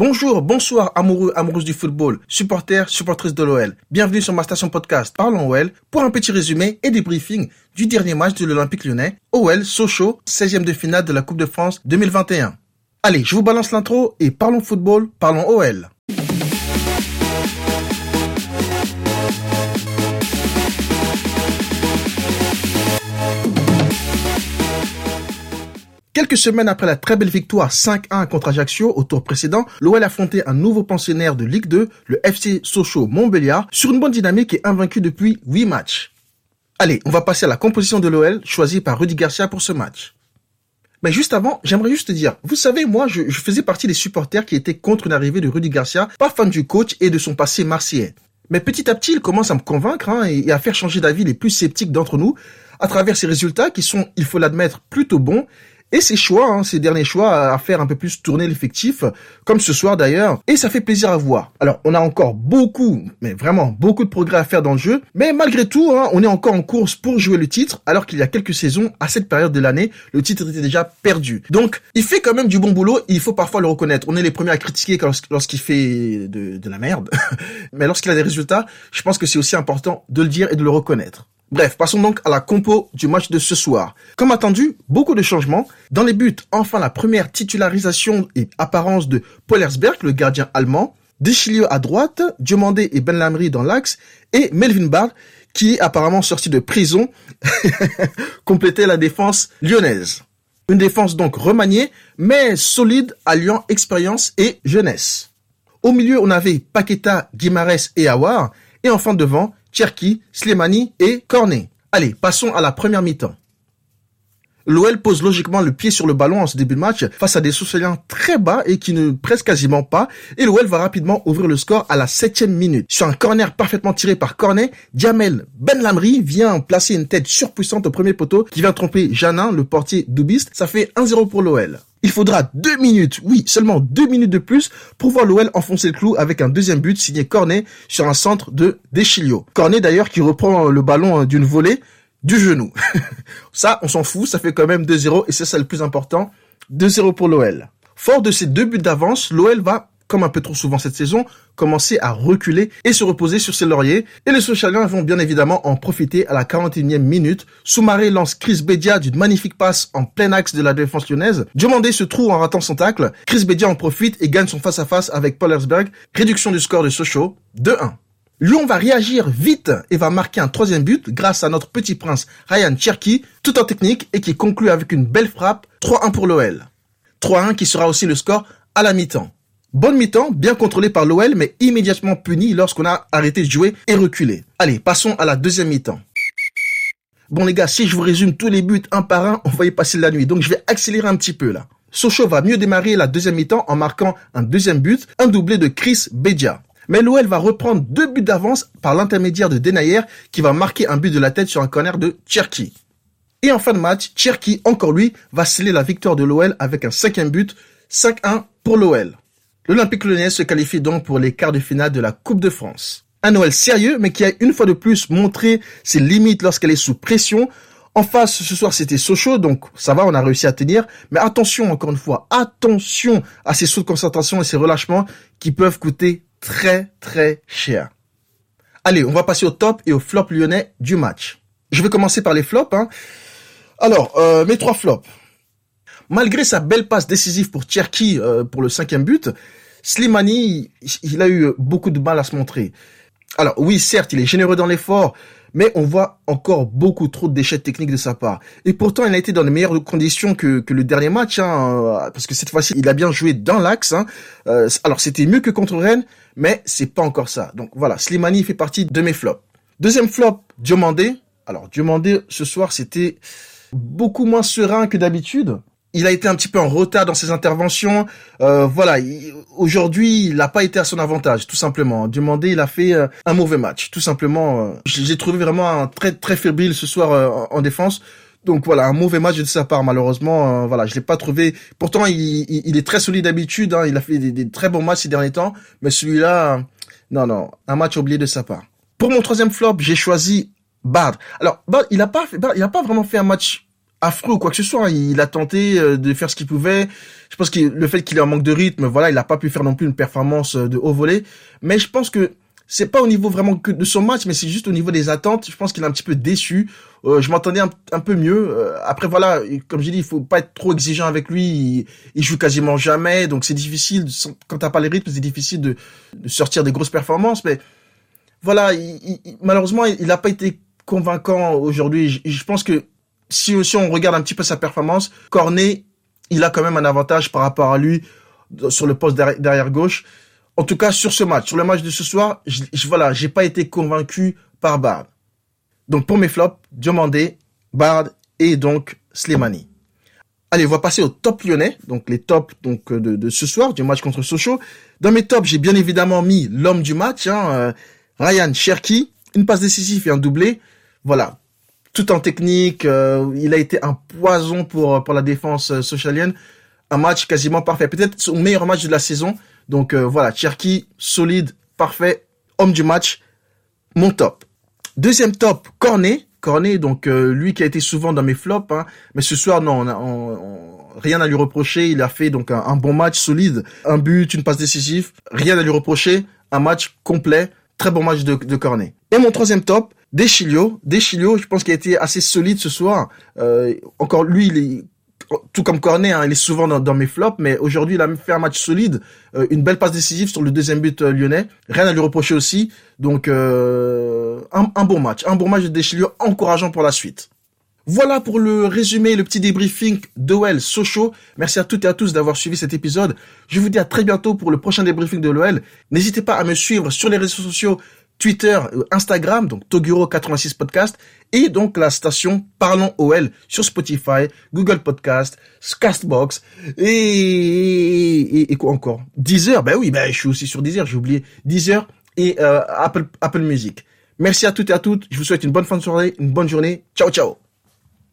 Bonjour, bonsoir amoureux, amoureuses du football, supporters, supportrices de l'OL. Bienvenue sur ma station podcast Parlons OL pour un petit résumé et débriefing du dernier match de l'Olympique Lyonnais, OL Sochaux, 16e de finale de la Coupe de France 2021. Allez, je vous balance l'intro et parlons football, parlons OL. Quelques semaines après la très belle victoire 5-1 contre Ajaccio au tour précédent, l'OL affrontait un nouveau pensionnaire de Ligue 2, le FC Sochaux Montbéliard, sur une bonne dynamique et invaincu depuis 8 matchs. Allez, on va passer à la composition de l'OL, choisie par Rudy Garcia pour ce match. Mais juste avant, j'aimerais juste te dire, vous savez, moi, je faisais partie des supporters qui étaient contre une arrivée de Rudy Garcia, pas fan du coach et de son passé marseillais. Mais petit à petit, il commence à me convaincre et à faire changer d'avis les plus sceptiques d'entre nous, à travers ses résultats qui sont, il faut l'admettre, plutôt bons, et ses choix, ses derniers choix à faire un peu plus tourner l'effectif, comme ce soir d'ailleurs, et ça fait plaisir à voir. Alors, on a encore beaucoup, mais vraiment beaucoup de progrès à faire dans le jeu, mais malgré tout, on est encore en course pour jouer le titre, alors qu'il y a quelques saisons, à cette période de l'année, le titre était déjà perdu. Donc, il fait quand même du bon boulot, et il faut parfois le reconnaître. On est les premiers à critiquer lorsqu'il fait de la merde, mais lorsqu'il a des résultats, je pense que c'est aussi important de le dire et de le reconnaître. Bref, passons donc à la compo du match de ce soir. Comme attendu, beaucoup de changements. Dans les buts, enfin la première titularisation et apparence de Pollersberg, le gardien allemand, Deschilio à droite, Diomandé et Benlamri dans l'axe, et Melvin Bard, qui est apparemment sorti de prison, complétait la défense lyonnaise. Une défense donc remaniée, mais solide, alliant expérience et jeunesse. Au milieu, on avait Paqueta, Guimarães et Aouar, et enfin devant, Cherki, Slimani et Cornet. Allez, passons à la première mi-temps. L'OL pose logiquement le pied sur le ballon en ce début de match face à des Socéliens très bas et qui ne pressent quasiment pas, et l'OL va rapidement ouvrir le score à la 7e minute. Sur un corner parfaitement tiré par Cornet, Djamel Benlamri vient placer une tête surpuissante au premier poteau qui vient tromper Janin, le portier doubiste. Ça fait 1-0 pour l'OL. Il faudra 2 minutes, oui, seulement 2 minutes de plus pour voir l'OL enfoncer le clou avec un deuxième but signé Cornet sur un centre de Deschilio. Cornet d'ailleurs qui reprend le ballon d'une volée du genou. Ça, on s'en fout, ça fait quand même 2-0 et c'est ça le plus important, 2-0 pour l'OL. Fort de ces 2 buts d'avance, l'OL va, comme un peu trop souvent cette saison, commencer à reculer et se reposer sur ses lauriers. Et les Sochaliens vont bien évidemment en profiter à la 41e minute. Soumaré lance Chris Bédia d'une magnifique passe en plein axe de la défense lyonnaise. Diomandé se trouve en ratant son tacle. Chris Bédia en profite et gagne son face-à-face avec Pollersberg. Réduction du score de Sochaux, 2-1. Lyon va réagir vite et va marquer un 3e but grâce à notre petit prince Ryan Cherki, tout en technique et qui conclut avec une belle frappe, 3-1 pour l'OL. 3-1 qui sera aussi le score à la mi-temps. Bonne mi-temps, bien contrôlée par l'OL, mais immédiatement punie lorsqu'on a arrêté de jouer et reculé. Allez, passons à la deuxième mi-temps. Bon les gars, si je vous résume tous les buts un par un, on va y passer la nuit, donc je vais accélérer un petit peu là. Sochaux va mieux démarrer la deuxième mi-temps en marquant un deuxième but, un doublé de Chris Bédia. Mais l'OL va reprendre 2 buts d'avance par l'intermédiaire de Denayer qui va marquer un but de la tête sur un corner de Cherki. Et en fin de match, Cherki, encore lui, va sceller la victoire de l'OL avec un 5e but, 5-1 pour l'OL. L'Olympique Lyonnais se qualifie donc pour les quarts de finale de la Coupe de France. Un OL sérieux, mais qui a une fois de plus montré ses limites lorsqu'elle est sous pression. En face, ce soir, c'était Sochaux, donc ça va, on a réussi à tenir. Mais attention, encore une fois, attention à ces sauts de concentration et ces relâchements qui peuvent coûter très très cher. Allez, on va passer au top et au flop lyonnais du match. Je vais commencer par les flops. Alors, mes 3 flops. Malgré sa belle passe décisive pour Cherki pour le 5e but, Slimani, il a eu beaucoup de mal à se montrer. Alors oui, certes, il est généreux dans l'effort, mais on voit encore beaucoup trop d'échecs techniques de sa part. Et pourtant, il a été dans les meilleures conditions que le dernier match, parce que cette fois-ci, il a bien joué dans l'axe. Alors, c'était mieux que contre Rennes, mais c'est pas encore ça. Donc voilà, Slimani fait partie de mes flops. Deuxième flop, Diomandé. Alors, Diomandé, ce soir, c'était beaucoup moins serein que d'habitude. Il a été un petit peu en retard dans ses interventions. Aujourd'hui, il n'a pas été à son avantage, tout simplement. Diomandé, il a fait un mauvais match, tout simplement. J'ai trouvé vraiment très très fébrile ce soir en défense. Donc voilà, un mauvais match de sa part, malheureusement. Je l'ai pas trouvé. Pourtant, il est très solide d'habitude. Il a fait des très bons matchs ces derniers temps, mais celui-là, non, un match oublié de sa part. Pour mon 3e flop, j'ai choisi Bard. Alors Bard, il a pas vraiment fait un match affreux ou quoi que ce soit. Il a tenté de faire ce qu'il pouvait. Je pense que le fait qu'il est en manque de rythme, voilà, il n'a pas pu faire non plus une performance de haut volley. Mais je pense que c'est pas au niveau vraiment que de son match, mais c'est juste au niveau des attentes. Je pense qu'il est un petit peu déçu. Je m'attendais un peu mieux. Après voilà, comme j'ai dit, il faut pas être trop exigeant avec lui. Il joue quasiment jamais, donc c'est difficile. Quand t'as pas les rythmes, c'est difficile de sortir des grosses performances. Mais voilà, malheureusement, il n'a pas été convaincant aujourd'hui. Je pense que si on regarde un petit peu sa performance, Cornet, il a quand même un avantage par rapport à lui sur le poste derrière gauche. En tout cas, sur le match de ce soir, voilà, j'ai pas été convaincu par Bard. Donc pour mes flops, Diomandé, Bard et donc Slimani. Allez, on va passer au top lyonnais, donc les tops donc de ce soir du match contre Sochaux. Dans mes tops, j'ai bien évidemment mis l'homme du match, Ryan Cherki, une passe décisive et un doublé. Voilà. Tout en technique, il a été un poison pour la défense sochalienne. Un match quasiment parfait. Peut-être son meilleur match de la saison. Donc voilà, Cherki, solide, parfait, homme du match, mon top. Deuxième top, Cornet, donc lui qui a été souvent dans mes flops, mais ce soir non, rien à lui reprocher. Il a fait donc un bon match, solide, un but, une passe décisive, rien à lui reprocher, un match complet, très bon match de Cornet. Et mon troisième top, Deschilio, je pense qu'il a été assez solide ce soir. Encore lui, il est tout comme Cornet, il est souvent dans mes flops, mais aujourd'hui il a fait un match solide, une belle passe décisive sur le deuxième but lyonnais, rien à lui reprocher aussi, donc un bon match de Deschilio, encourageant pour la suite. Voilà pour le résumé, le petit débriefing d'OL Sochaux. Merci à toutes et à tous d'avoir suivi cet épisode. Je vous dis à très bientôt pour le prochain débriefing de l'OL. N'hésitez pas à me suivre sur les réseaux sociaux, Twitter, Instagram, donc Toguro86 Podcast, et donc la station Parlons OL sur Spotify, Google Podcast, Castbox, et quoi encore? Deezer, je suis aussi sur Deezer, j'ai oublié. Deezer et Apple Music. Merci à toutes et à toutes, je vous souhaite une bonne fin de soirée, une bonne journée. Ciao, ciao!